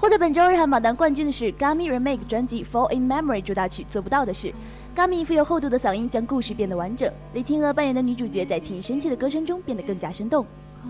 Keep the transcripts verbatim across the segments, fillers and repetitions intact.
获得本周日韩榜单冠军的是 Gummy Remake 专辑 Fall in Memory 主打曲做不到的事。 Gummy 富有厚度的嗓音将故事变得完整，李青娥扮演的女主角在轻深切的歌声中变得更加生动。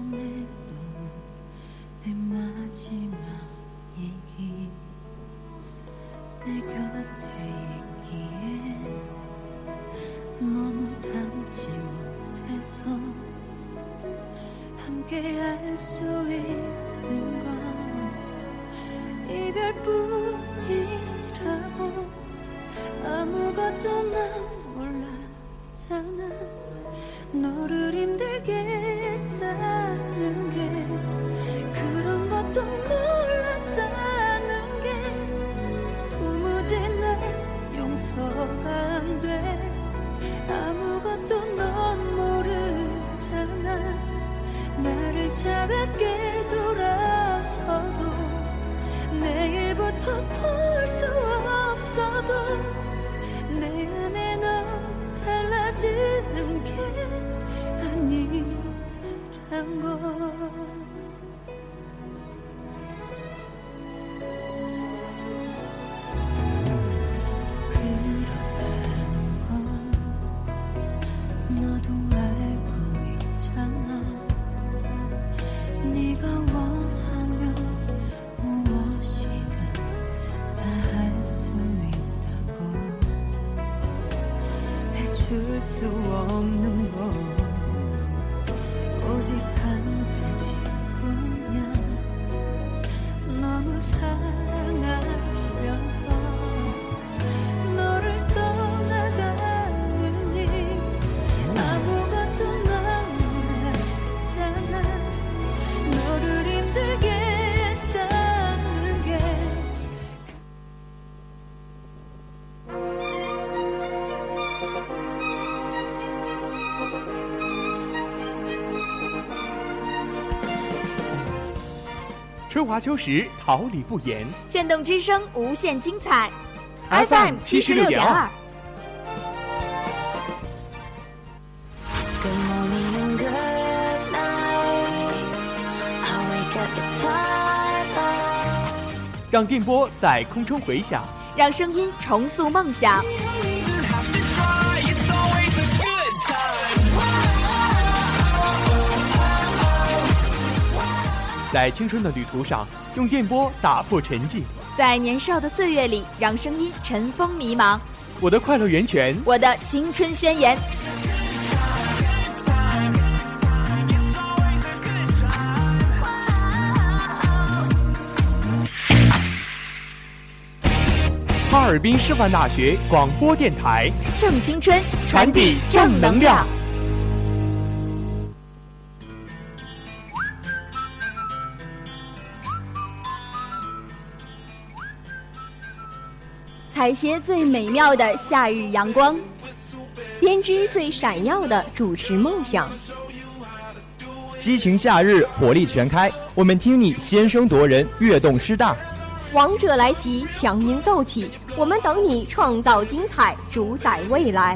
春华秋实，桃李不言。 炫动之声，无限精彩。 F M 七十六点二。让电波在空中回响， 让声音重塑梦想。 在青春的旅途上，用电波打破沉寂； 在年少的岁月里，让声音尘封迷茫。 我的快乐源泉， 我的青春宣言。 哈尔滨师范大学广播电台， 正青春， 传递正能量。 采撷最美妙的夏日阳光， 编织最闪耀的主持梦想。 激情夏日，火力全开，我们听你先声夺人，跃动师大。 王者来袭，强音奏起，我们等你创造精彩，主宰未来。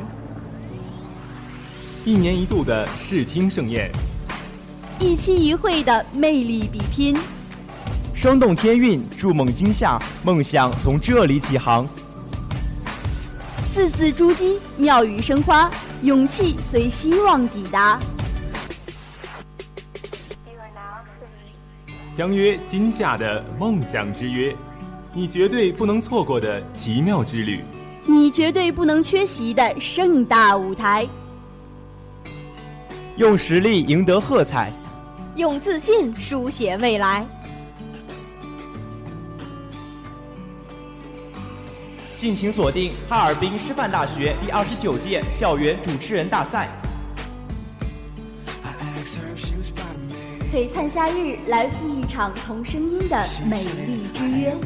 一年一度的视听盛宴， 一期一会的魅力比拼， 生动天韵，筑梦惊夏，梦想从这里起航。 字字珠玑，妙语生花，勇气随希望抵达。 相约今夏的梦想之约，你绝对不能错过的奇妙之旅， 你绝对不能缺席的盛大舞台。 用实力赢得喝彩， 用自信书写未来。 敬请锁定哈尔滨师范大学第二十九届校园主持人大赛。 璀璨夏日，来赴一场同声音的美丽之约。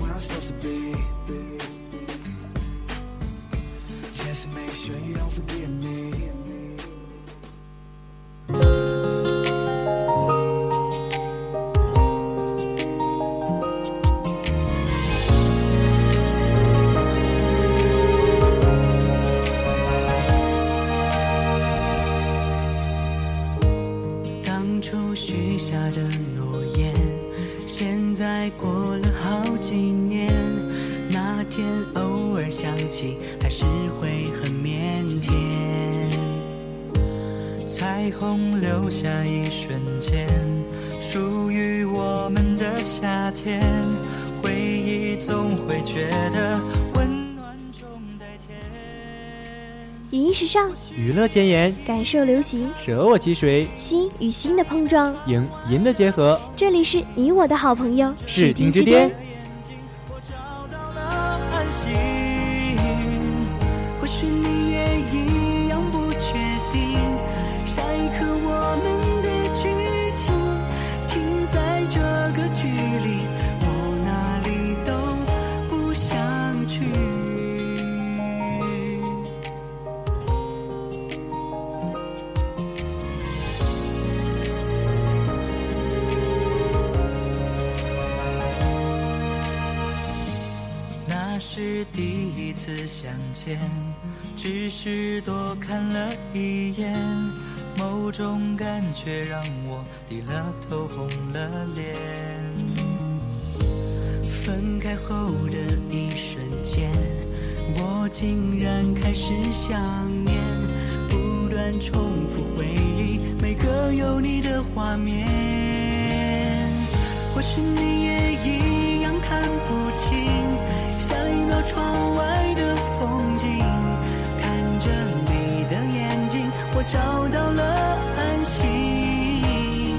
当初许下的诺言，现在过了好几年，那天偶尔想起还是会很腼腆。彩虹留下一瞬间，属于我们的夏天，回忆总会觉得温暖中带甜。 语音时尚， 娱乐前沿， 感受流行， 舍我其谁， 心与心的碰撞， 影音的结合。 这里是你我的好朋友视听之巅。 是第一次相见，只是多看了一眼，某种感觉让我低了头红了脸。分开后的一瞬间，我竟然开始想念，不断重复回忆每个有你的画面。或许你也一样看不清下一秒窗外的风景，看着你的眼睛，我找到了安心。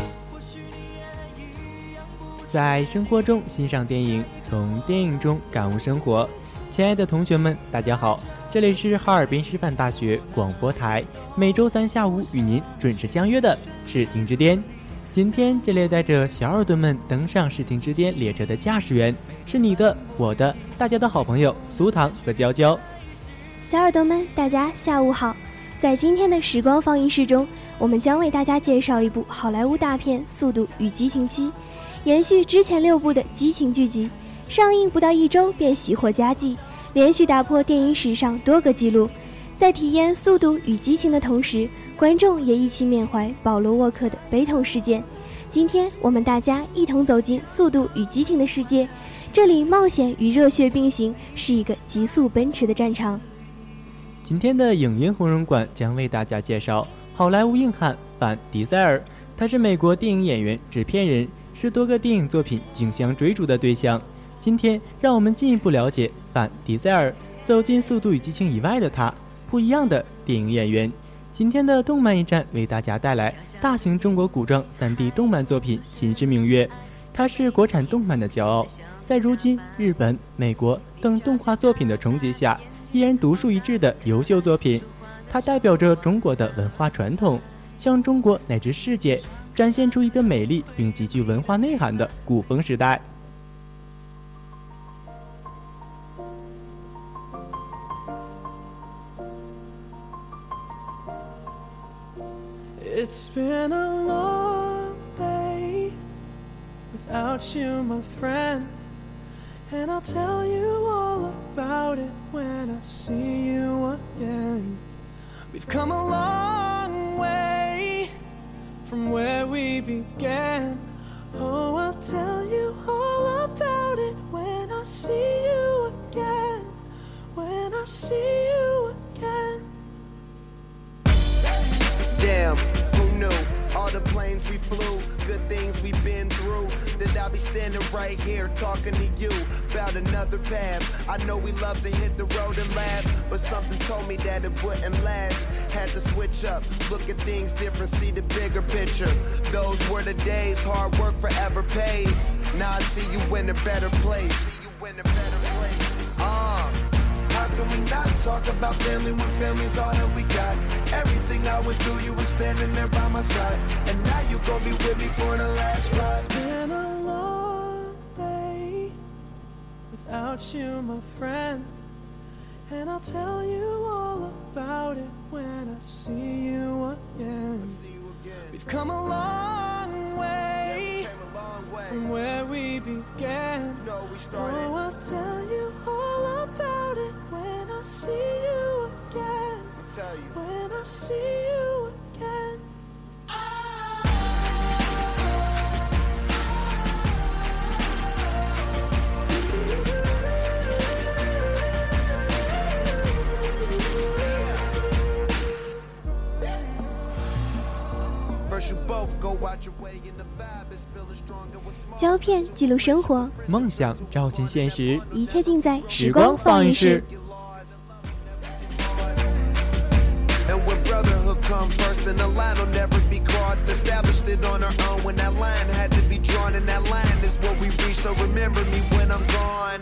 在生活中欣赏电影，从电影中感悟生活。亲爱的同学们，大家好，这里是哈尔滨师范大学广播台，每周三下午与您准时相约的视听之巅。今天这列带着小耳朵们登上视听之巅列车的驾驶员是你的、我的、大家的好朋友苏糖和娇娇。 小耳朵们，大家下午好。在今天的时光放映室中，我们将为大家介绍一部好莱坞大片《速度与激情七》，延续之前六部的激情剧集，上映不到一周便喜获佳绩，连续打破电影史上多个纪录。在体验速度与激情的同时，观众也一起缅怀保罗沃克的悲痛事件。今天我们大家一同走进速度与激情的世界，这里冒险与热血并行，是一个极速奔驰的战场。 今天的影音红人馆将为大家介绍好莱坞硬汉范·迪塞尔，他是美国电影演员、制片人，是多个电影作品竞相追逐的对象。今天让我们进一步了解范·迪塞尔，走进速度与激情以外的他，不一样的电影演员。今天的动漫驿站为大家带来大型中国古装 三 D 动漫作品《秦时明月》，它是国产动漫的骄傲，在如今日本、美国等动画作品的冲击下，依然独树一帜的优秀作品。它代表着中国的文化传统，向中国乃至世界展现出一个美丽并极具文化内涵的古风时代。 It's been a long day without you, my friend, and I'll tell you all about it when I see you again. We've come a long way from where we began. Oh, I'll tell you all about it when I see you again, when I see you again. Damn, who knew? All the planes we flew, good things we've been through. That I'll be standing right here talking to you about another path. I know we love to hit the road and laugh, but something told me that it wouldn't last. Had to switch up, look at things different, see the bigger picture. Those were the days, hard work forever pays. Now I see you in a better place. See you in a better place. Uh. How can we not talk about family when family's all that we got? Everything I went through, you were standing there by my side, and now you gon' be with me for the last ride. It's been a long day without you, my friend, and I'll tell you all about it when I see you again. See you again. We've come a long way, yeah, we came a long way from where we began. You know we started. Oh, I'll tell you all about it when I see you again. I'll tell you. When I see you again. 胶片记录生活， 梦想照进现实， 一切尽在时时光光放映放映室室。。 And when brotherhood come first, then the line will never be crossed. Established it on our own when that line had to be drawn, and that line is what we reach. So remember me when I'm gone.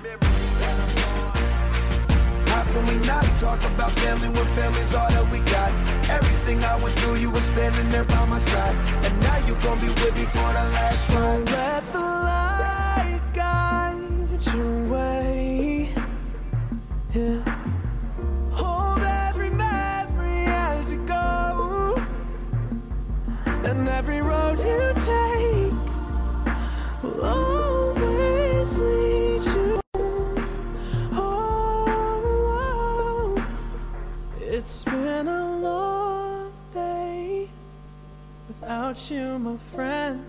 How can we not talk about family when family's all that we got? Everything I went through, you were standing there by my side, and now you gon' be with me for the last ride. Don't let the light guide your way. Yeah. Hold every memory as you go, and every road you take will always lead you home. It's been a long day without you, my friend,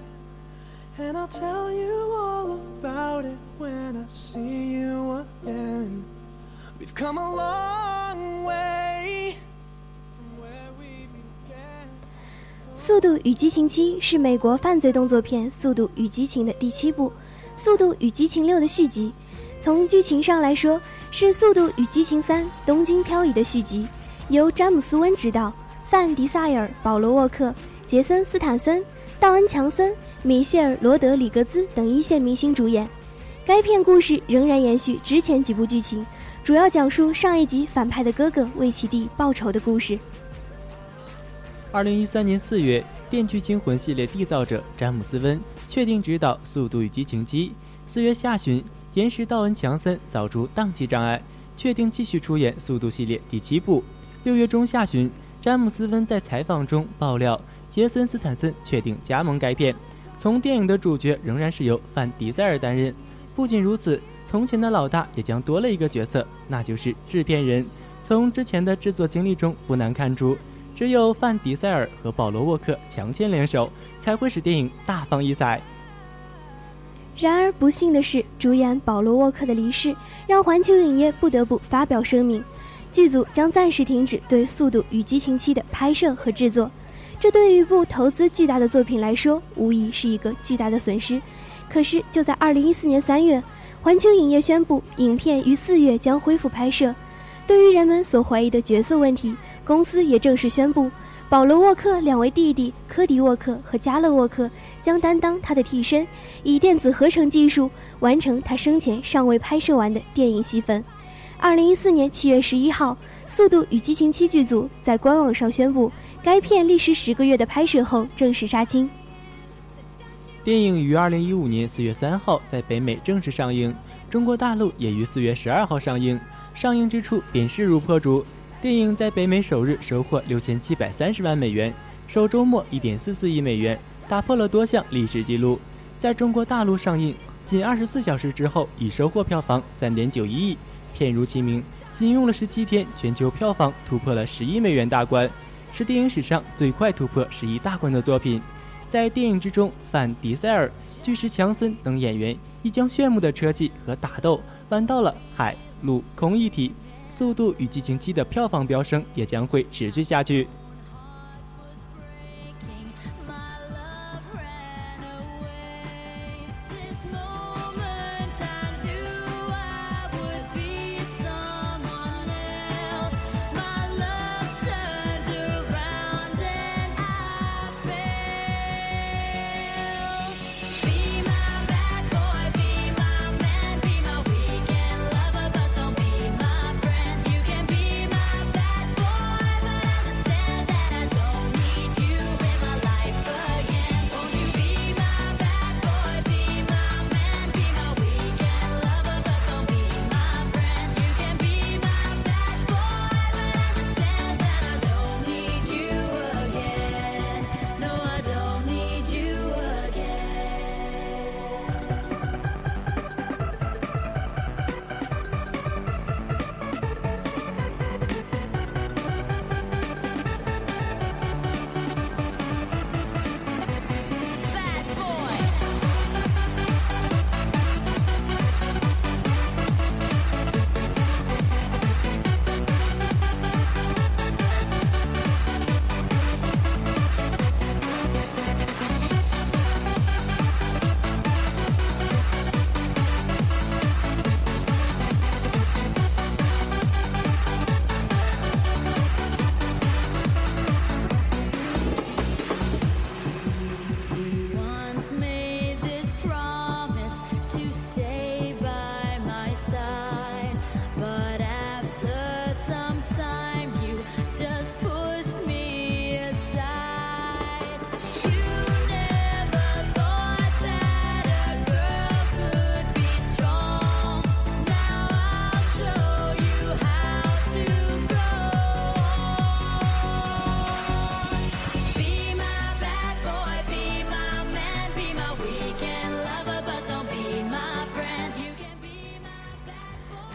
and I'll tell you all about it when I see you again. We've come a long way from where we began. 速度与激情七是美国犯罪动作片《速度与激情》的第七部，《速度与激情六》的续集。从剧情上来说，是《速度与激情三：东京漂移》的续集，由詹姆斯·温执导，范·迪塞尔、保罗·沃克、杰森·斯坦森、道恩·强森、米歇尔·罗德里格兹等一线明星主演。该片故事仍然延续之前几部剧情，主要讲述上一集反派的哥哥为其弟报仇的故事。 二零一三年四月，《电锯惊魂》系列缔造者詹姆斯·温确定执导《速度与激情七》。四月下旬，岩石道恩·强森扫除档期障碍，确定继续出演《速度》系列第七部。六月中下旬，詹姆斯·温在采访中爆料，杰森·斯坦森确定加盟该片，从电影的主角仍然是由范·迪塞尔担任。不仅如此，从前的老大也将多了一个角色，那就是制片人。从之前的制作经历中不难看出，只有范·迪塞尔和保罗·沃克强强联手，才会使电影大放异彩。 然而不幸的是，主演保罗·沃克的离世让环球影业不得不发表声明，剧组将暂时停止对《速度与激情七》的拍摄和制作。这对于一部投资巨大的作品来说，无疑是一个巨大的损失。可是就在二零一四年三月，环球影业宣布，影片于四月将恢复拍摄。对于人们所怀疑的角色问题，公司也正式宣布，保罗·沃克两位弟弟科迪·沃克和加勒·沃克将担当他的替身，以电子合成技术完成他生前尚未拍摄完的电影戏份。二零一四年七月十一号，《速度与激情七》剧组在官网上宣布，该片历时十个月的拍摄后正式杀青。 电影于二零一五年四月三号在北美正式上映，中国大陆也于四月十二号上映。上映之初便势如破竹，电影在北美首日收获六千七百三十万美元，首周末一点四四亿美元，打破了多项历史记录。在中国大陆上映仅二十四小时之后，已收获票房三点九一亿，片如其名，仅用了十七天，全球票房突破了十亿美元大关，是电影史上最快突破十亿大关的作品。在电影之中，范·迪塞尔、巨石强森等演员已将炫目的车技和打斗玩到了海陆空一体。速度与激情七的票房飙升也将会持续下去。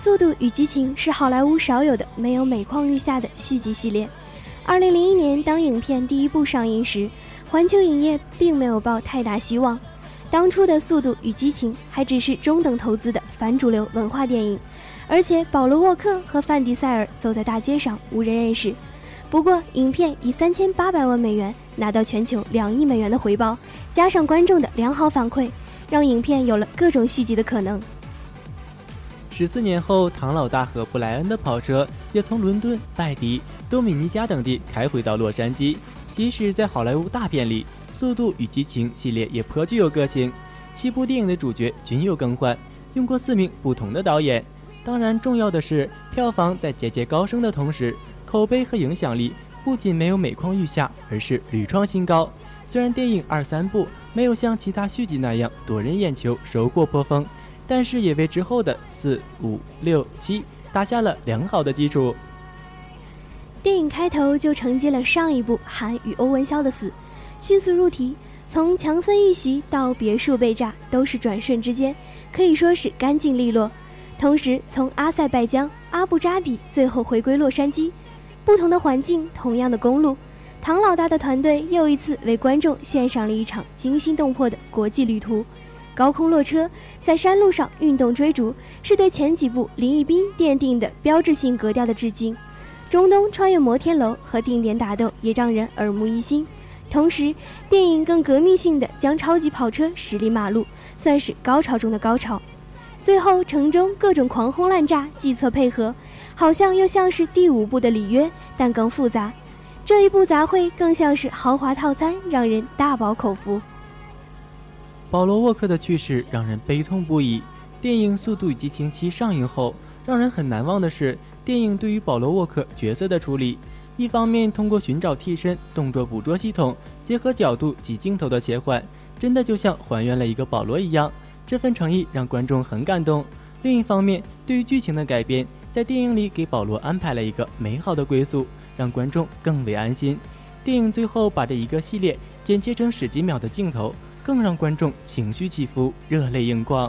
速度与激情》是好莱坞少有的没有每况愈下的续集系列。二零零一年，当影片第一部上映时，环球影业并没有抱太大希望。当初的《速度与激情》还只是中等投资的反主流文化电影，而且保罗·沃克和范迪塞尔走在大街上无人认识。不过，影片以三千八百万美元拿到全球两亿美元的回报，加上观众的良好反馈，让影片有了各种续集的可能。 十四年后，唐老大和布莱恩的跑车也从伦敦、拜迪、多米尼加等地开回到洛杉矶。即使在好莱坞大片里，《速度与激情》系列也颇具有个性。七部电影的主角均有更换，用过四名不同的导演。当然，重要的是票房在节节高升的同时，口碑和影响力不仅没有每况愈下，而是屡创新高。虽然电影二三部没有像其他续集那样夺人眼球、收获颇丰，但是也为之后的四、五、六、七打下了良好的基础。 电影开头就承接了上一部韩与欧文肖的死，迅速入题，从强森遇袭到别墅被炸都是转瞬之间，可以说是干净利落。同时从阿塞拜疆、阿布扎比最后回归洛杉矶，不同的环境，同样的公路，唐老大的团队又一次为观众献上了一场惊心动魄的国际旅途。高空落车，在山路上运动追逐，是对前几部林一斌奠定的标志性格调的致敬。中东穿越摩天楼和定点打斗也让人耳目一新，同时电影更革命性的将超级跑车驶离马路，算是高潮中的高潮。最后城中各种狂轰滥炸，计策配合，好像又像是第五部的里约，但更复杂。这一部杂烩更像是豪华套餐，让人大饱口福。 保罗·沃克的去世让人悲痛不已。电影《速度与激情七》上映后，让人很难忘的是电影对于保罗·沃克角色的处理。一方面通过寻找替身、动作捕捉系统，结合角度及镜头的切换，真的就像还原了一个保罗一样，这份诚意让观众很感动。另一方面，对于剧情的改编，在电影里给保罗安排了一个美好的归宿，让观众更为安心。电影最后把这一个系列剪切成十几秒的镜头，更让观众情绪起伏，热泪盈眶。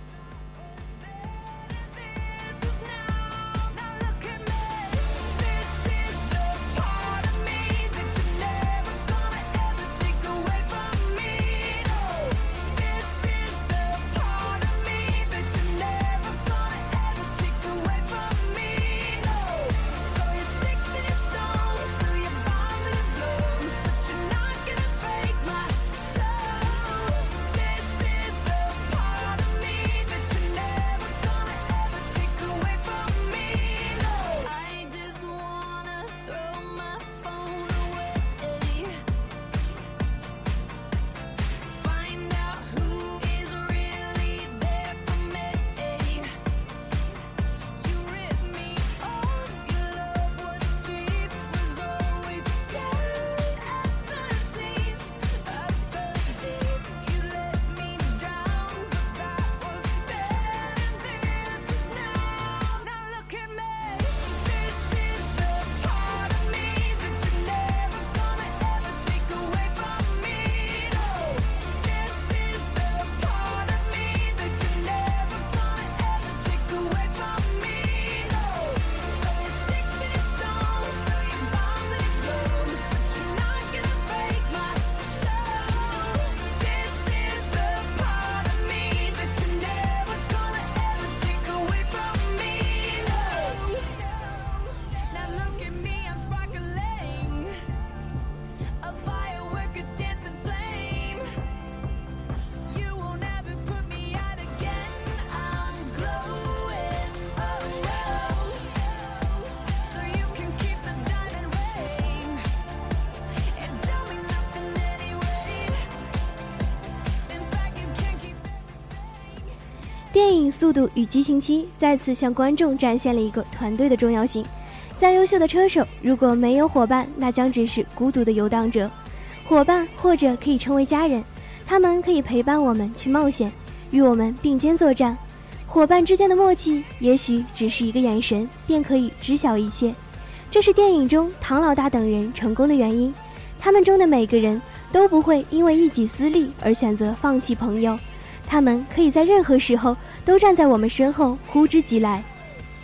电影《速度与激情七》再次向观众展现了一个团队的重要性。再优秀的车手，如果没有伙伴，那将只是孤独的游荡者。伙伴或者可以称为家人，他们可以陪伴我们去冒险，与我们并肩作战。伙伴之间的默契，也许只是一个眼神，便可以知晓一切。这是电影中唐老大等人成功的原因。他们中的每个人都不会因为一己私利而选择放弃朋友，他们可以在任何时候都站在我们身后，呼之即来。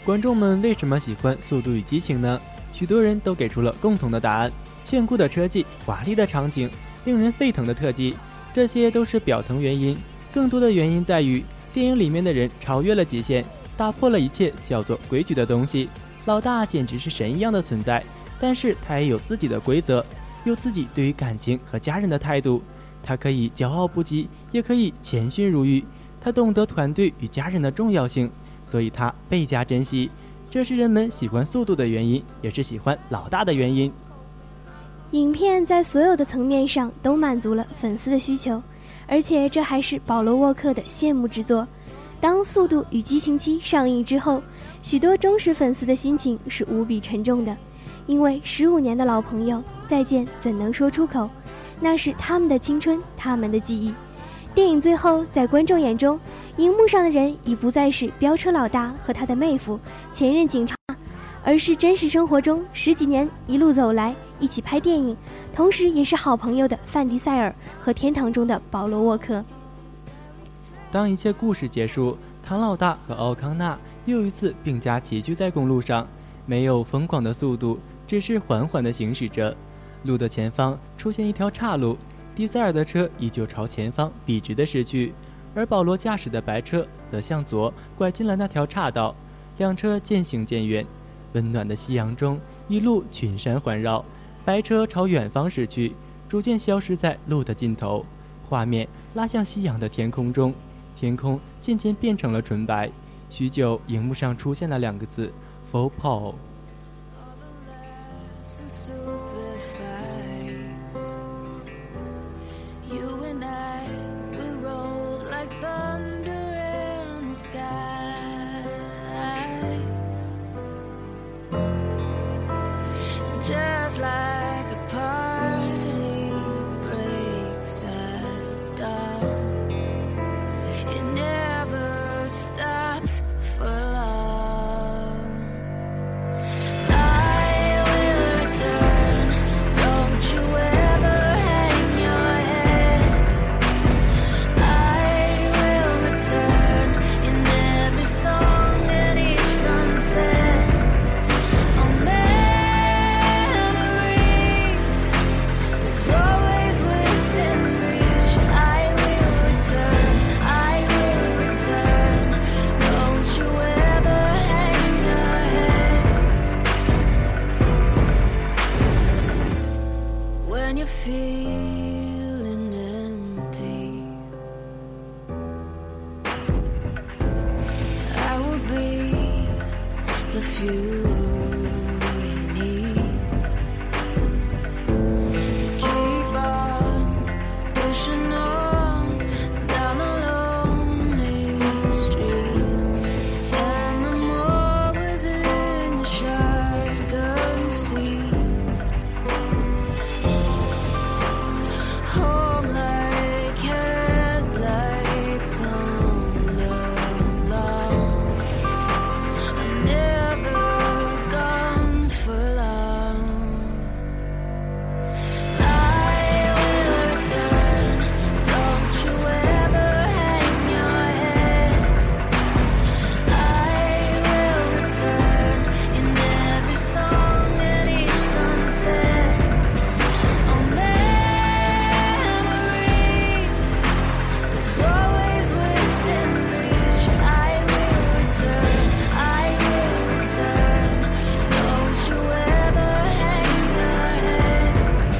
观众们为什么喜欢《速度与激情》呢？许多人都给出了共同的答案：炫酷的车技、华丽的场景、令人沸腾的特技，这些都是表层原因。更多的原因在于，电影里面的人超越了极限，打破了一切叫做规矩的东西。老大简直是神一样的存在，但是他也有自己的规则，有自己对于感情和家人的态度。他可以骄傲不羁，也可以谦逊如玉。他懂得团队与家人的重要性，所以他倍加珍惜。这是人们喜欢速度的原因，也是喜欢老大的原因。 影片在所有的层面上都满足了粉丝的需求，而且这还是保罗沃克的谢幕之作。当《速度与激情七》上映之后，许多忠实粉丝的心情是无比沉重的，因为十五年的老朋友再见怎能说出口，那是他们的青春，他们的记忆。电影最后，在观众眼中，荧幕上的人已不再是飙车老大和他的妹夫前任警察，而是真实生活中十几年一路走来一起拍电影，同时也是好朋友的范迪塞尔和天堂中的保罗沃克。 当一切故事结束，唐老大和奥康纳又一次并驾齐驱在公路上，没有疯狂的速度，只是缓缓地行驶着。路的前方出现一条岔路，迪塞尔的车依旧朝前方笔直地驶去，而保罗驾驶的白车则向左拐进了那条岔道。两车渐行渐远，温暖的夕阳中，一路群山环绕，白车朝远方驶去，逐渐消失在路的尽头。画面拉向夕阳的天空中，天空渐渐变成了纯白。许久，荧幕上出现了两个字 Full Paul。 Just like a party breaks at dawn, it never stops for long. I will return, don't you ever hang your head. I will return in every song and each sunset. Oh man, feeling empty, I will be the fuel you need to keep on pushing on down a lonely street. And I'm always in the shotgun seat, home like headlights on the lawn. I'm never gone for long. I will return, don't you ever hang your head. I will return in every song and each sunset. Oh man, always within reach. I will return, I will return, don't you ever hang your head.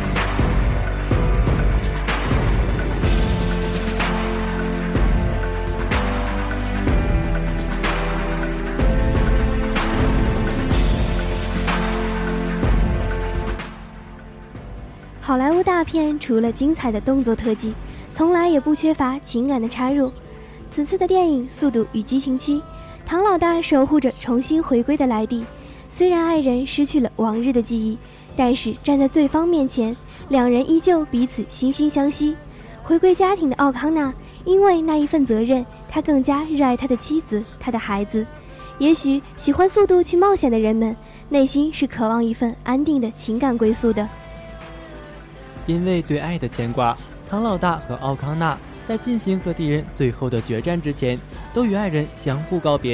《好莱坞大片》除了精彩的动作特技，从来也不缺乏情感的插入。此次的电影《速度与激情七》，唐老大守护着重新回归的莱蒂。虽然爱人失去了往日的记忆，但是站在对方面前，两人依旧彼此惺惺相惜。回归家庭的奥康纳，因为那一份责任，他更加热爱他的妻子，他的孩子。也许喜欢速度去冒险的人们，内心是渴望一份安定的情感归宿的。 因为对爱的牵挂，唐老大和奥康纳在进行和敌人最后的决战之前，都与爱人相互告别。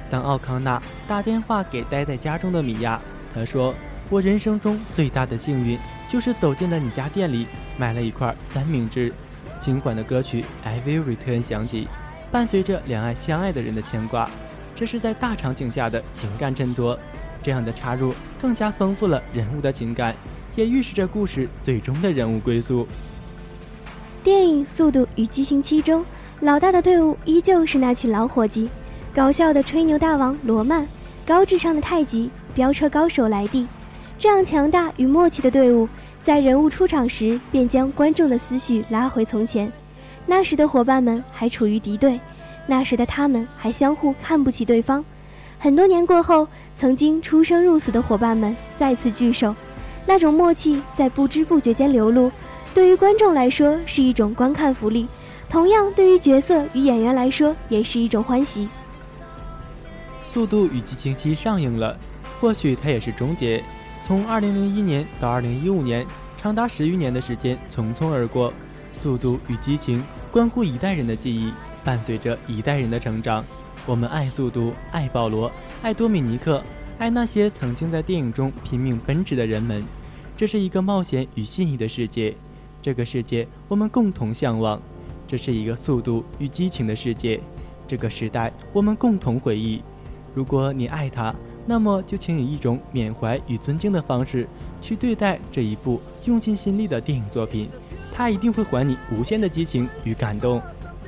当奥康纳打电话给待在家中的米娅，他说：“我人生中最大的幸运就是走进了你家店里，买了一块三明治。”轻缓的歌曲《I Will Return》响起，伴随着两爱相爱的人的牵挂。这是在大场景下的情感衬托，这样的插入更加丰富了人物的情感，也预示着故事最终的人物归宿。 电影《速度与激情七》中，老大的队伍依旧是那群老伙计，搞笑的吹牛大王罗曼，高智商的太极，飙车高手莱蒂。这样强大与默契的队伍，在人物出场时便将观众的思绪拉回从前。那时的伙伴们还处于敌对，那时的他们还相互看不起对方。很多年过后，曾经出生入死的伙伴们再次聚首，那种默契在不知不觉间流露，对于观众来说是一种观看福利，同样对于角色与演员来说也是一种欢喜。 速度与激情七上映了，或许它也是终结。从二零零一年到二零一五年，长达十余年的时间匆匆而过。速度与激情关乎一代人的记忆，伴随着一代人的成长。我们爱速度，爱保罗，爱多米尼克，爱那些曾经在电影中拼命奔驰的人们。这是一个冒险与信义的世界，这个世界我们共同向往。这是一个速度与激情的世界，这个时代我们共同回忆。如果你爱它，那么就请以一种缅怀与尊敬的方式去对待这一部用尽心力的电影作品，它一定会还你无限的激情与感动。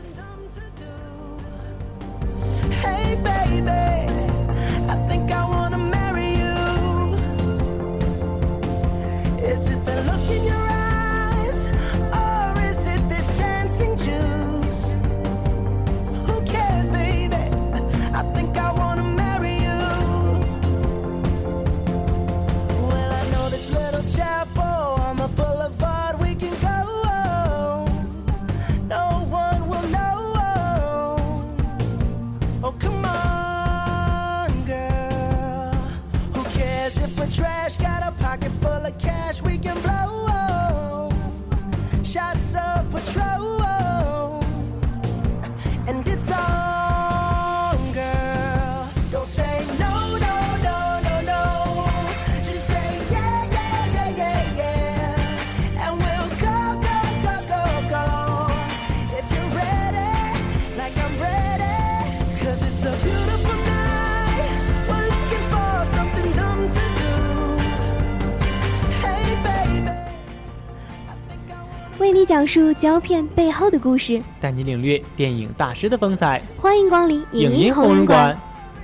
为你讲述胶片背后的故事， 带你领略电影大师的风采。 欢迎光临影音红人馆。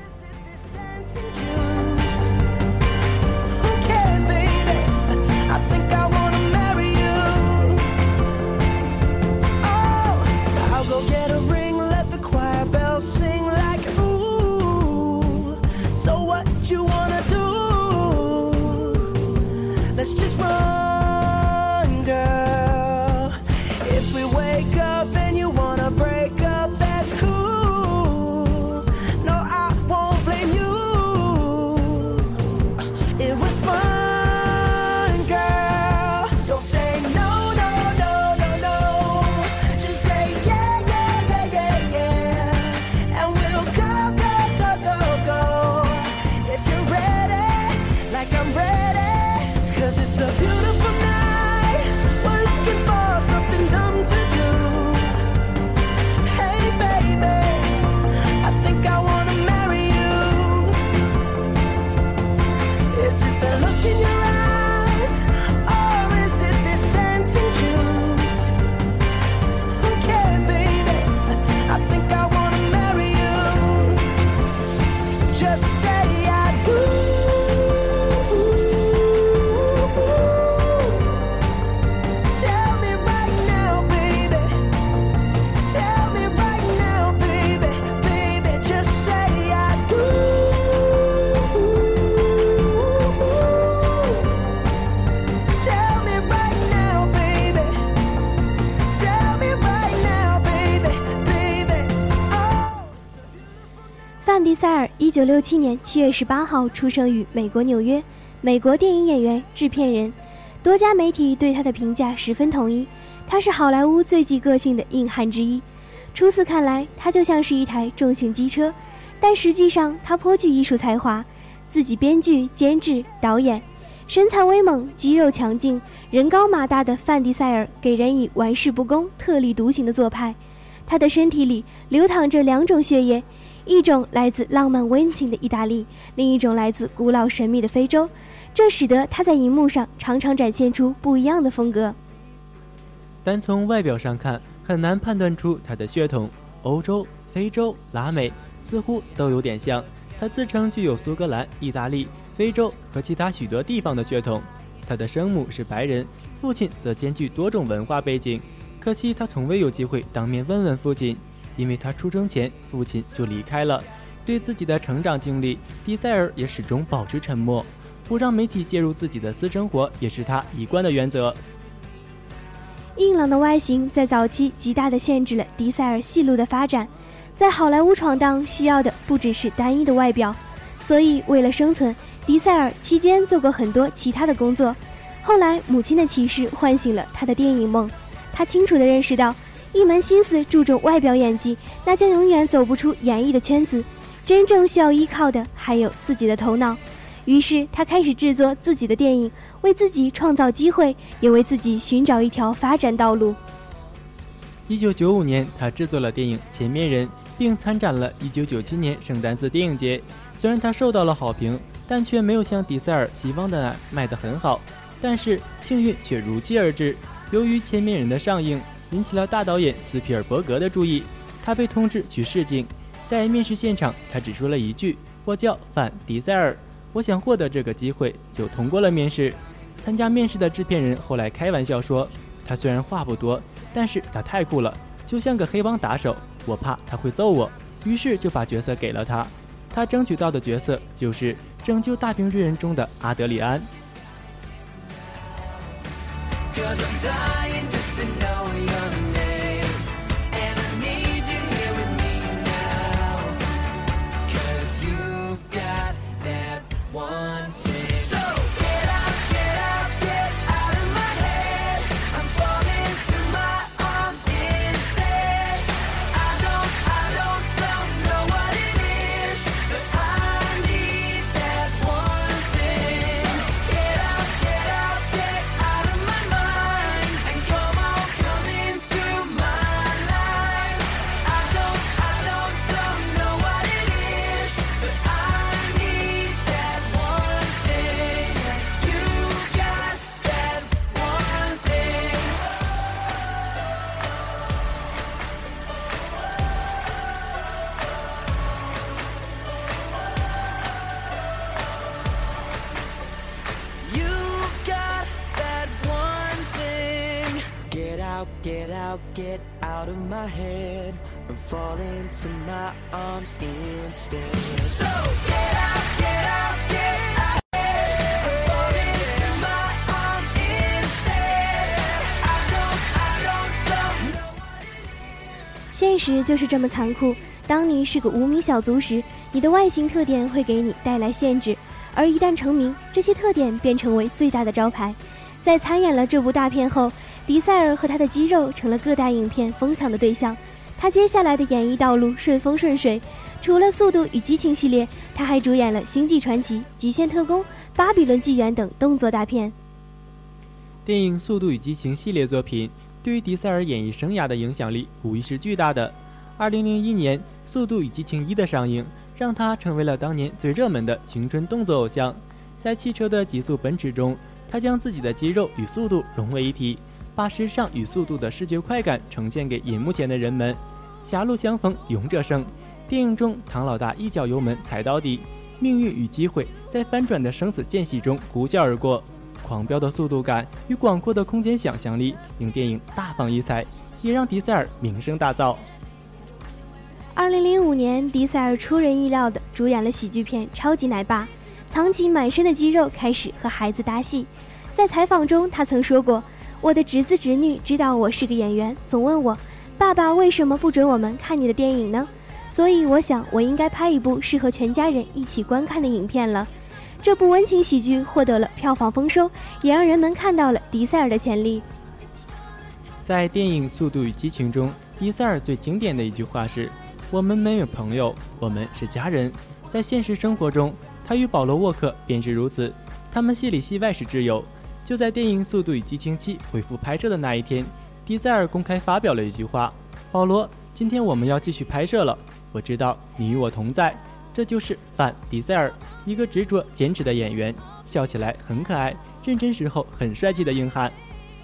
范迪塞尔一九六七年七月十八号出生于美国纽约，美国电影演员、制片人。多家媒体对他的评价十分统一，他是好莱坞最具个性的硬汉之一。初次看来，他就像是一台重型机车， 但实际上他颇具艺术才华，自己编剧、监制、导演。身材威猛、肌肉强劲、人高马大的范迪塞尔给人以玩世不恭、特立独行的做派。他的身体里流淌着两种血液，一种来自浪漫温情的意大利，另一种来自古老神秘的非洲，这使得他在荧幕上常常展现出不一样的风格。 单从外表上看，很难判断出他的血统，欧洲、非洲、拉美似乎都有点像。他自称具有苏格兰、意大利、非洲和其他许多地方的血统。他的生母是白人，父亲则兼具多种文化背景。可惜他从未有机会当面问问父亲，因为他出生前父亲就离开了。对自己的成长经历，迪塞尔也始终保持沉默，不让媒体介入自己的私生活也是他一贯的原则。 硬朗的外形在早期极大地限制了迪塞尔戏路的发展，在好莱坞闯荡需要的不只是单一的外表，所以为了生存，迪塞尔期间做过很多其他的工作。后来母亲的启示唤醒了他的电影梦，他清楚地认识到，一门心思注重外表演技，那将永远走不出演艺的圈子，真正需要依靠的还有自己的头脑。于是他开始制作自己的电影，为自己创造机会，也为自己寻找一条发展道路。 一九九五年，他制作了电影《前面人》，并参展了一九九七年圣丹斯电影节。虽然他受到了好评，但却没有像迪塞尔希望的那卖得很好。但是幸运却如期而至，由于《前面人》的上映，引起了大导演斯皮尔伯格的注意，他被通知去试镜。在面试现场，他只说了一句：“我叫范迪塞尔，我想获得这个机会，就通过了面试。”参加面试的制片人后来开玩笑说，他虽然话不多，但是他太酷了，就像个黑帮打手，我怕他会揍我，于是就把角色给了他。他争取到的角色就是《拯救大兵瑞恩》中的阿德里安。 Get out, get out of my head and fall into my arms instead. So get out, get out, get out and fall into my arms instead. I don't, I don't, don't know what it is. 现实就是这么残酷，当你是个无名小卒时，你的外形特点会给你带来限制，而一旦成名，这些特点便成为最大的招牌。在参演了这部大片后，迪塞尔和他的肌肉成了各大影片疯抢的对象，他接下来的演艺道路顺风顺水。除了《速度与激情》系列，他还主演了《星际传奇》《极限特工》《巴比伦纪元》等动作大片。 电影《速度与激情》系列作品对于迪塞尔演艺生涯的影响力无疑是巨大的。二零零一年，《速度与激情一》的上映，让他成为了当年最热门的青春动作偶像。在汽车的极速奔驰中，他将自己的肌肉与速度融为一体，把时尚与速度的视觉快感呈现给荧幕前的人们。狭路相逢勇者胜，电影中唐老大一脚油门踩到底，命运与机会在翻转的生死间隙中呼啸而过。狂飙的速度感与广阔的空间想象力令电影大放异彩，也让迪塞尔名声大噪。 二零零五年，迪塞尔出人意料地主演了喜剧片《超级奶爸》，藏起满身的肌肉开始和孩子搭戏。在采访中，他曾说过，我的侄子侄女知道我是个演员，总问我，爸爸为什么不准我们看你的电影呢？所以我想我应该拍一部适合全家人一起观看的影片了。这部温情喜剧获得了票房丰收，也让人们看到了迪塞尔的潜力。在电影《速度与激情》中，迪塞尔最经典的一句话是， 我们没有朋友，我们是家人。在现实生活中，他与保罗沃克便是如此，他们戏里戏外是挚友。就在电影《速度与激情七》恢复拍摄的那一天，迪塞尔公开发表了一句话：保罗，今天我们要继续拍摄了，我知道你与我同在。这就是范·迪塞尔，一个执着坚持的演员，笑起来很可爱，认真时候很帅气的硬汉。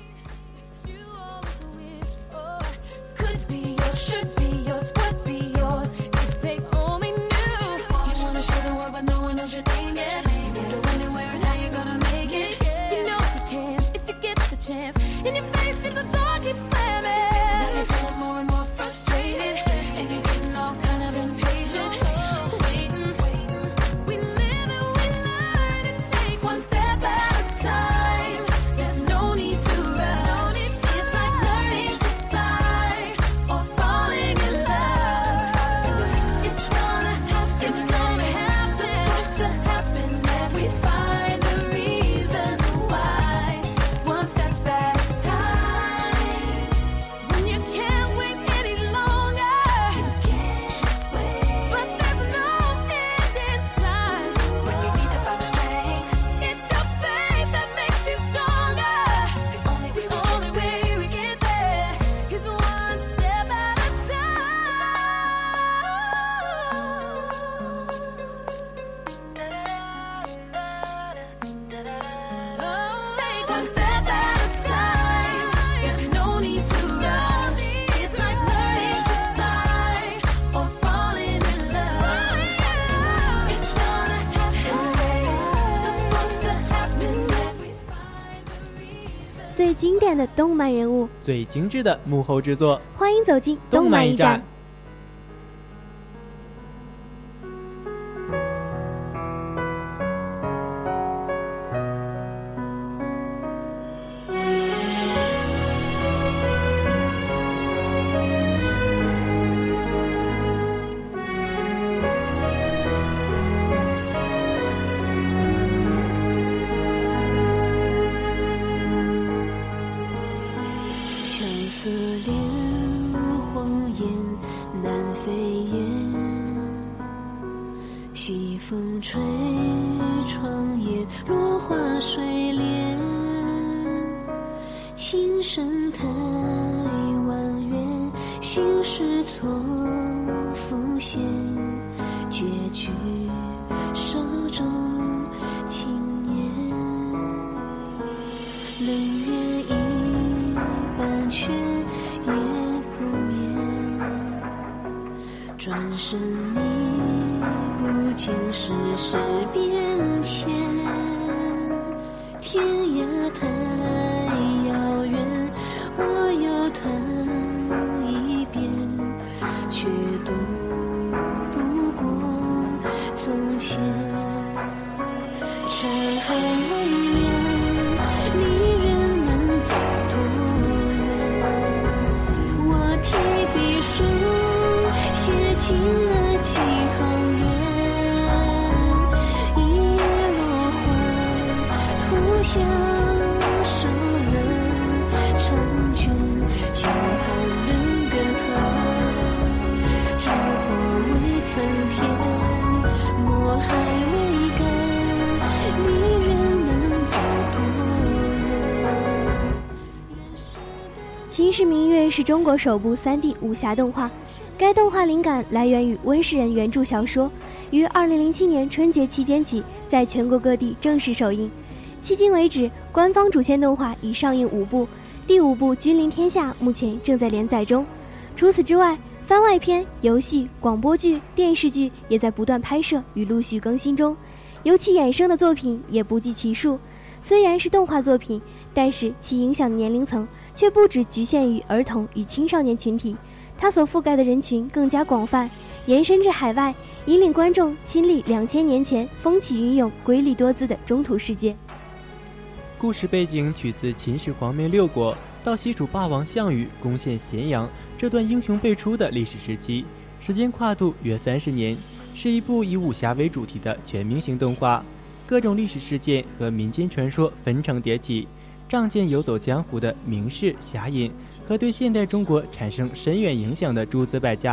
最经典的动漫人物， 最精致的幕后制作， 欢迎走进动漫驿站。 转身你不见世事变迁，天涯太遥远，我又谈一遍，却读不过从前。山海微凉，你人能走多远？我提笔书写尽了几行远，一夜落花图像收了婵娟，秋寒人更寒，烛火未曾添，墨还未干，你人能走多远？ 《秦时明月》是中国首部 三 D 武侠动画，该动画灵感来源于温世仁原著小说，于二零零七年春节期间起在全国各地正式首映。迄今为止，官方主线动画已上映五部，第五部《君临天下》目前正在连载中。除此之外，番外篇、游戏、广播剧、电视剧也在不断拍摄与陆续更新中，由其衍生的作品也不计其数。虽然是动画作品，但是其影响的年龄层却不只局限于儿童与青少年群体，它所覆盖的人群更加广泛，延伸至海外，引领观众亲历两千年前风起云涌、瑰丽多姿的中土世界。 故事背景取自秦始皇灭六国到西楚霸王项羽攻陷咸阳这段英雄辈出的历史时期，时间跨度约三十年，是一部以武侠为主题的全明星动画。各种历史事件和民间传说纷呈迭起，仗剑游走江湖的名士侠隐和对现代中国产生深远影响的诸子百家，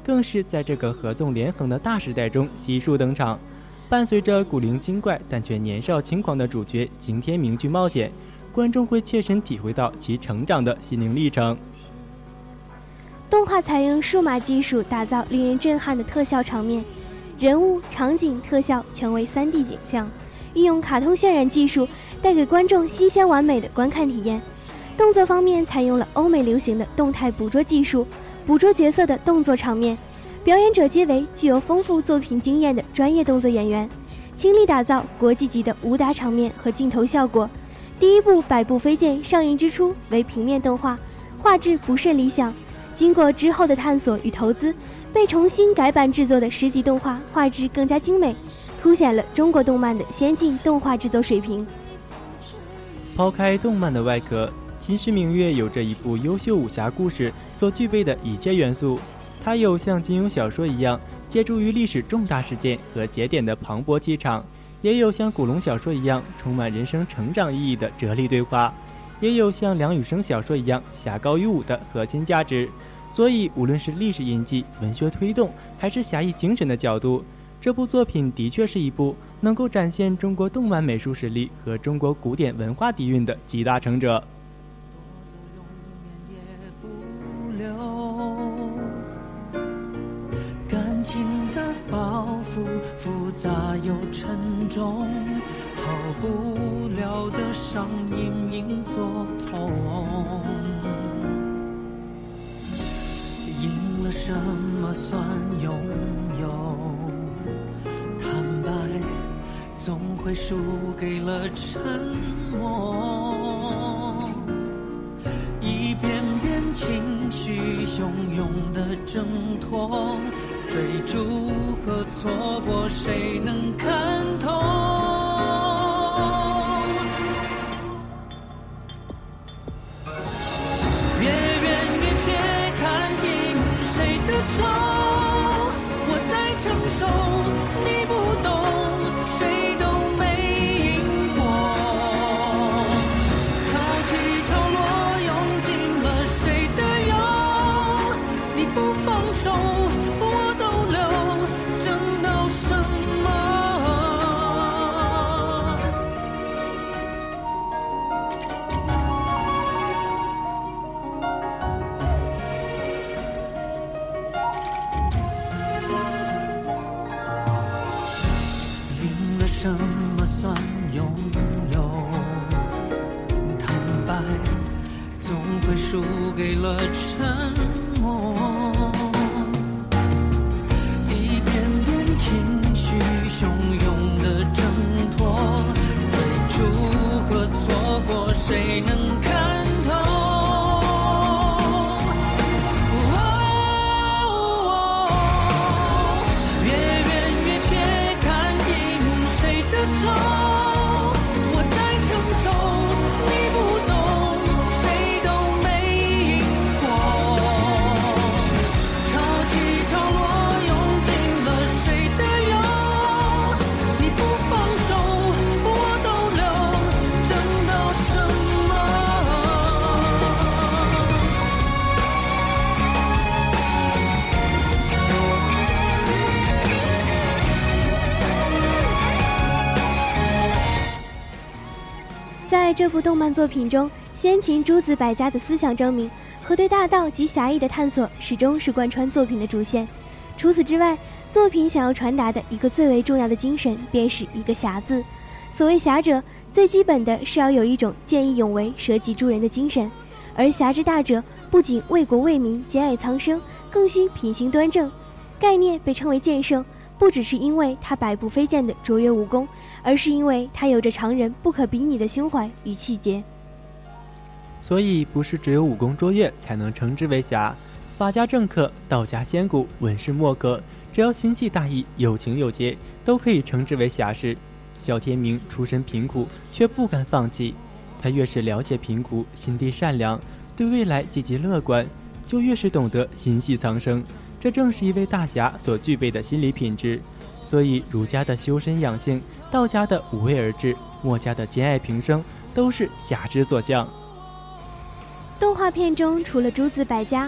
更是在这个合纵连横的大时代中悉数登场。伴随着古灵精怪但却年少轻狂的主角惊天明去冒险，观众会切身体会到其成长的心灵历程。 动画采用数码技术打造令人震撼的特效场面，人物、场景、特效全为 三 D 景象，运用卡通渲染技术带给观众新鲜完美的观看体验。动作方面采用了欧美流行的动态捕捉技术，捕捉角色的动作场面，表演者皆为具有丰富作品经验的专业动作演员，倾力打造国际级的武打场面和镜头效果。第一部《百步飞剑》上映之初为平面动画，画质不甚理想，经过之后的探索与投资，被重新改版制作的十集动画画质更加精美，凸显了中国动漫的先进动画制作水平。 抛开动漫的外壳，《秦时明月》有着一部优秀武侠故事所具备的一切元素。它有像金庸小说一样借助于历史重大事件和节点的磅礴气场，也有像古龙小说一样充满人生成长意义的哲理对话，也有像梁羽生小说一样侠高于武的核心价值。所以无论是历史印记、文学推动还是侠义精神的角度，这部作品的确是一部能够展现中国动漫美术实力和中国古典文化底蕴的集大成者。 感情的包袱复杂又沉重，好不了的伤隐隐作痛。赢了什么算拥有？坦白总会输给了沉默。一遍遍情绪汹涌的挣脱，追逐和错过，谁能看透？越远越却看清谁的愁，我在承受，你不懂，谁都没赢过。潮起潮落，用尽了谁的忧，你不放手，我都留，争到什么？赢了什么算拥有？坦白总会输给了沉默。一遍遍情绪汹涌的挣脱，追逐和错过，谁能看透？越远越却看清谁的愁，我在承受，你不懂，谁都没赢过。潮起潮落，用尽了谁的忧，你不放手，我都留，争到什么？ 在这部动漫作品中，先秦诸子百家的思想证明和对大道及侠义的探索始终是贯穿作品的主线。除此之外，作品想要传达的一个最为重要的精神便是一个侠字。所谓侠者，最基本的是要有一种见义勇为、舍己助人的精神，而侠之大者不仅为国为民、兼爱苍生，更需品行端正。概念被称为剑圣，不只是因为他百步飞剑的卓越武功，而是因为他有着常人不可比拟的胸怀与气节。 所以不是只有武功卓越才能称之为侠，法家政客、道家仙骨、文士墨客，只要心系大义、有情有节，都可以称之为侠士。萧天明出身贫苦，却不甘放弃。他越是了解贫苦，心地善良，对未来积极乐观，就越是懂得心系苍生。这正是一位大侠所具备的心理品质。所以儒家的修身养性，道家的无为而治，墨家的兼爱平生，都是侠之所向。 动画片中除了诸子百家，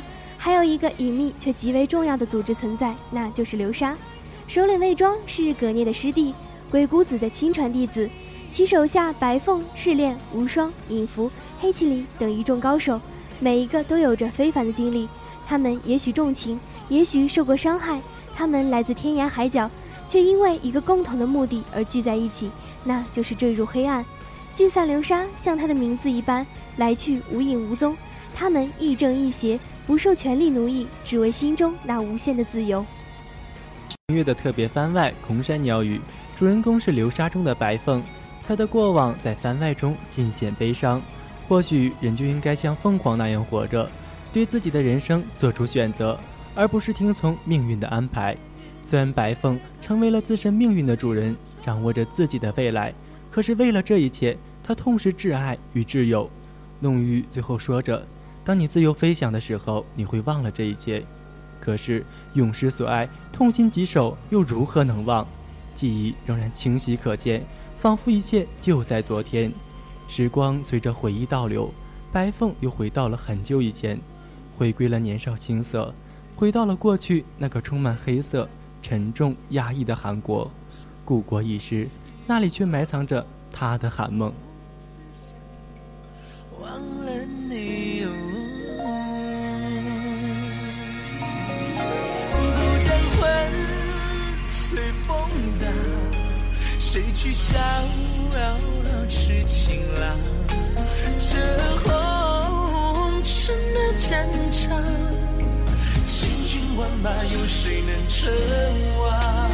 还有一个隐秘却极为重要的组织存在，那就是流沙。首领魏庄是葛聂的师弟，鬼谷子的亲传弟子，其手下白凤、赤练、无双、尹福、黑麒麟等一众高手，每一个都有着非凡的经历。他们也许重情，也许受过伤害，他们来自天涯海角，却因为一个共同的目的而聚在一起，那就是坠入黑暗。聚散流沙像他的名字一般，来去无影无踪。他们亦正亦邪，不受权力奴役，只为心中那无限的自由。 月的特别番外空山鸟语，主人公是流沙中的白凤，她的过往在番外中尽显悲伤。或许人就应该像凤凰那样活着，对自己的人生做出选择，而不是听从命运的安排。虽然白凤成为了自身命运的主人，掌握着自己的未来，可是为了这一切，她痛失挚爱与挚友。弄玉最后说着，当你自由飞翔的时候，你会忘了这一切。可是永失所爱，痛心疾首，又如何能忘？记忆仍然清晰可见，仿佛一切就在昨天。时光随着回忆倒流，白凤又回到了很久以前，回归了年少青涩，回到了过去那个充满黑色、沉重、压抑的韩国。故国已失，那里却埋藏着他的韩梦。 忘了你哦，孤单魂随风荡，谁去逍遥痴情郎？这红尘的战场，千军万马，有谁能称王？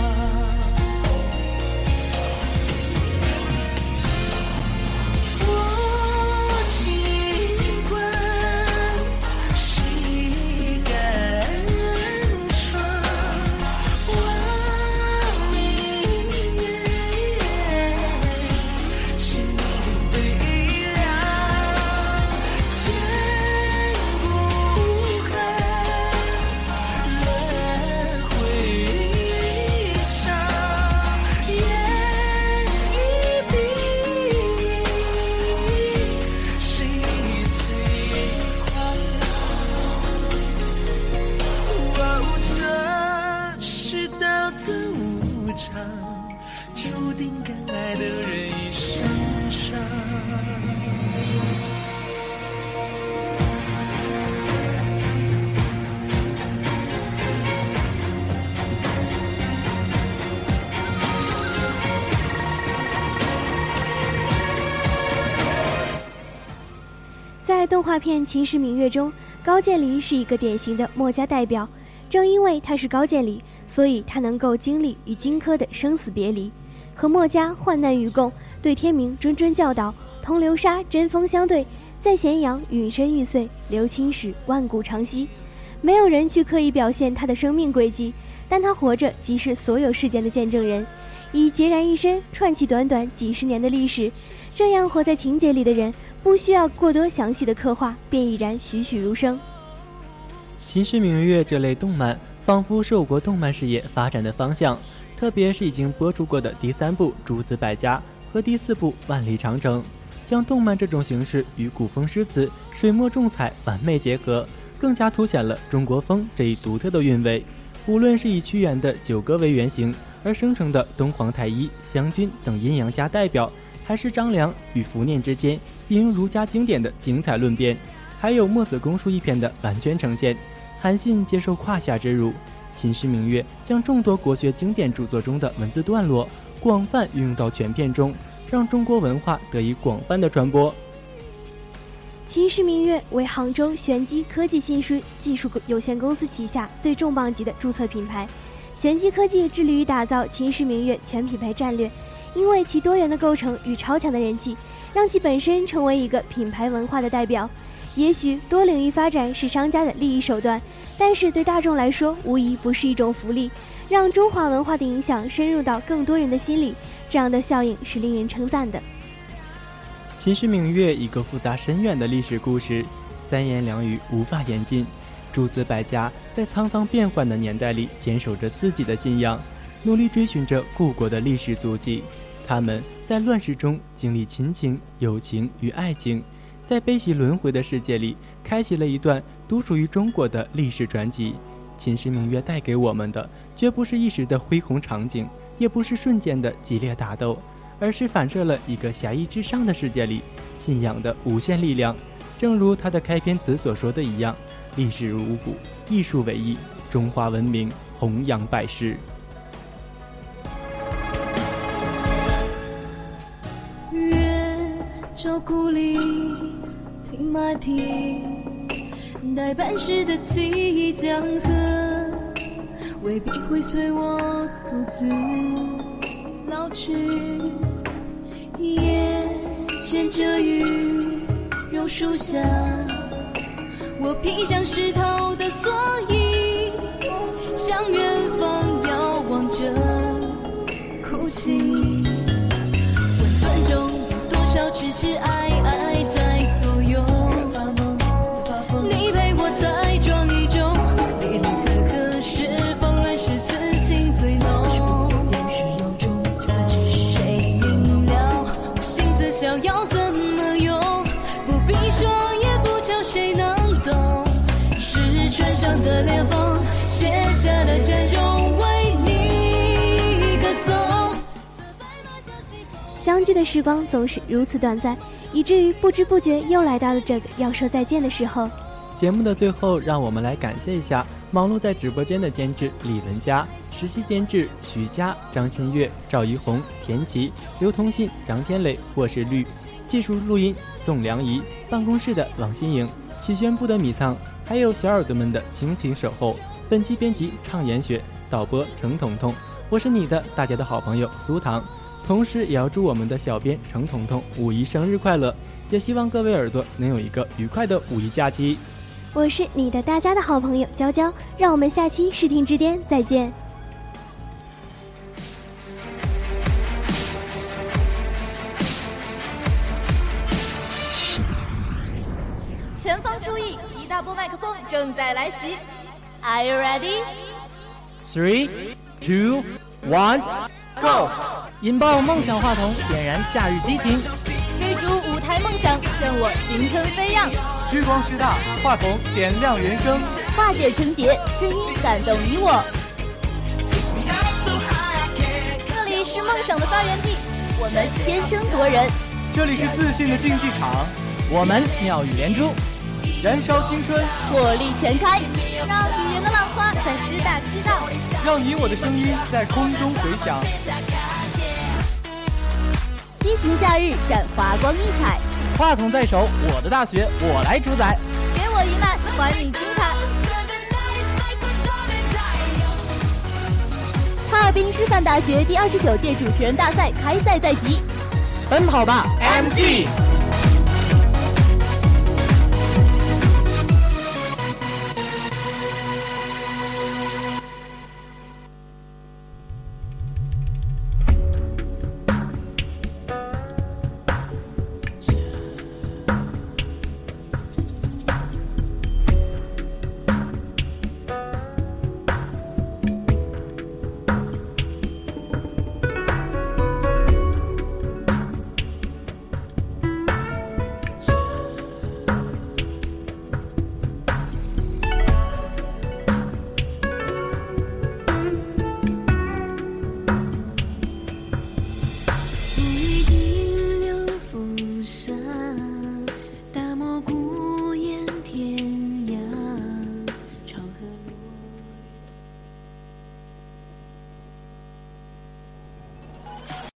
在动画片《秦时明月》中，高渐离是一个典型的墨家代表。正因为他是高渐离，所以他能够经历与荆轲的生死别离，和墨家患难与共，对天明谆谆教导，同流沙针锋相对，在咸阳陨身玉碎，留青史万古长溪。没有人去刻意表现他的生命轨迹，但他活着即是所有事件的见证人，以孑然一身串起短短几十年的历史。这样活在情节里的人，不需要过多详细的刻画，便已然栩栩如生。 秦时明月这类动漫仿佛是我国动漫事业发展的方向，特别是已经播出过的第三部《诸子百家》和第四部《万里长城》，将动漫这种形式与古风诗词、水墨重彩完美结合，更加凸显了中国风这一独特的韵味。无论是以屈原的九歌为原型而生成的东皇太一、湘君等阴阳家代表，还是张良与伏念之间引用儒家经典的精彩论辩，还有墨子公述一篇的完全呈现。韩信接受胯下之辱，秦时明月将众多国学经典著作中的文字段落广泛运用到全片中，让中国文化得以广泛的传播。 秦时明月为杭州玄机科技信息技术有限公司旗下最重磅级的注册品牌。玄机科技致力于打造秦时明月全品牌战略，因为其多元的构成与超强的人气，让其本身成为一个品牌文化的代表。也许多领域发展是商家的利益手段，但是对大众来说无疑不是一种福利，让中华文化的影响深入到更多人的心里，这样的效应是令人称赞的。 秦时明月一个复杂深远的历史故事，三言两语无法言尽。诸子百家在沧桑变幻的年代里坚守着自己的信仰，努力追寻着故国的历史足迹。他们在乱世中经历亲情、友情与爱情， 在悲喜轮回的世界里，开启了一段独属于中国的历史传奇。秦时明月带给我们的，绝不是一时的恢宏场景，也不是瞬间的激烈打斗，而是反射了一个侠义至上的世界里信仰的无限力量。正如他的开篇词所说的一样，历史如古，艺术为艺，中华文明弘扬百世。 月照故里听马蹄，待办事的记忆江河，未必会随我独自老去。夜牵着雨榕树下，我披上石头的蓑衣，向远方遥望着哭泣。混沌中有多少痴痴爱爱在左右，你陪我在撞一中，离离合合是否乱世自情最浓，谁明了我性子逍遥怎么用，不必说也不求谁能懂，是船上的裂缝写下的战勇为你歌颂。 相聚的时光总是如此短暂，以至于不知不觉又来到了这个要说再见的时候。 节目的最后，让我们来感谢一下忙碌在直播间的监制李文佳、实习监制徐佳、张馨月、赵一红、田琪、刘同信、张天磊、或是绿，技术录音宋良仪，办公室的王新颖，起宣部的米仓，还有小耳朵们的倾情守候。本期编辑畅言雪，导播程彤彤，我是你的大家的好朋友苏糖。同时也要祝我们的小编程彤彤五一生日快乐，也希望各位耳朵能有一个愉快的五一假期。 我是你的大家的好朋友娇娇，让我们下期视听之巅再见。 前方注意，一大波麦克风正在来袭。 Are you ready? Three, two, one, go！ 引爆梦想话筒，点燃夏日激情， 追逐舞台梦想，向我行程飞扬。 聚光师大，话筒点亮人生， 化解成蝶，声音感动你我。 这里是梦想的发源地， 我们天生夺人。 这里是自信的竞技场， 我们妙语连珠， 燃烧青春， 火力全开， 让语言的浪花在师大激荡， 让你我的声音在空中回响。 激情夏日展华光溢彩， 话筒在手，我的大学我来主宰， 给我一漫，还你精彩。 哈尔滨师范大学第二十九届主持人大赛开赛在即， 奔跑吧 M C！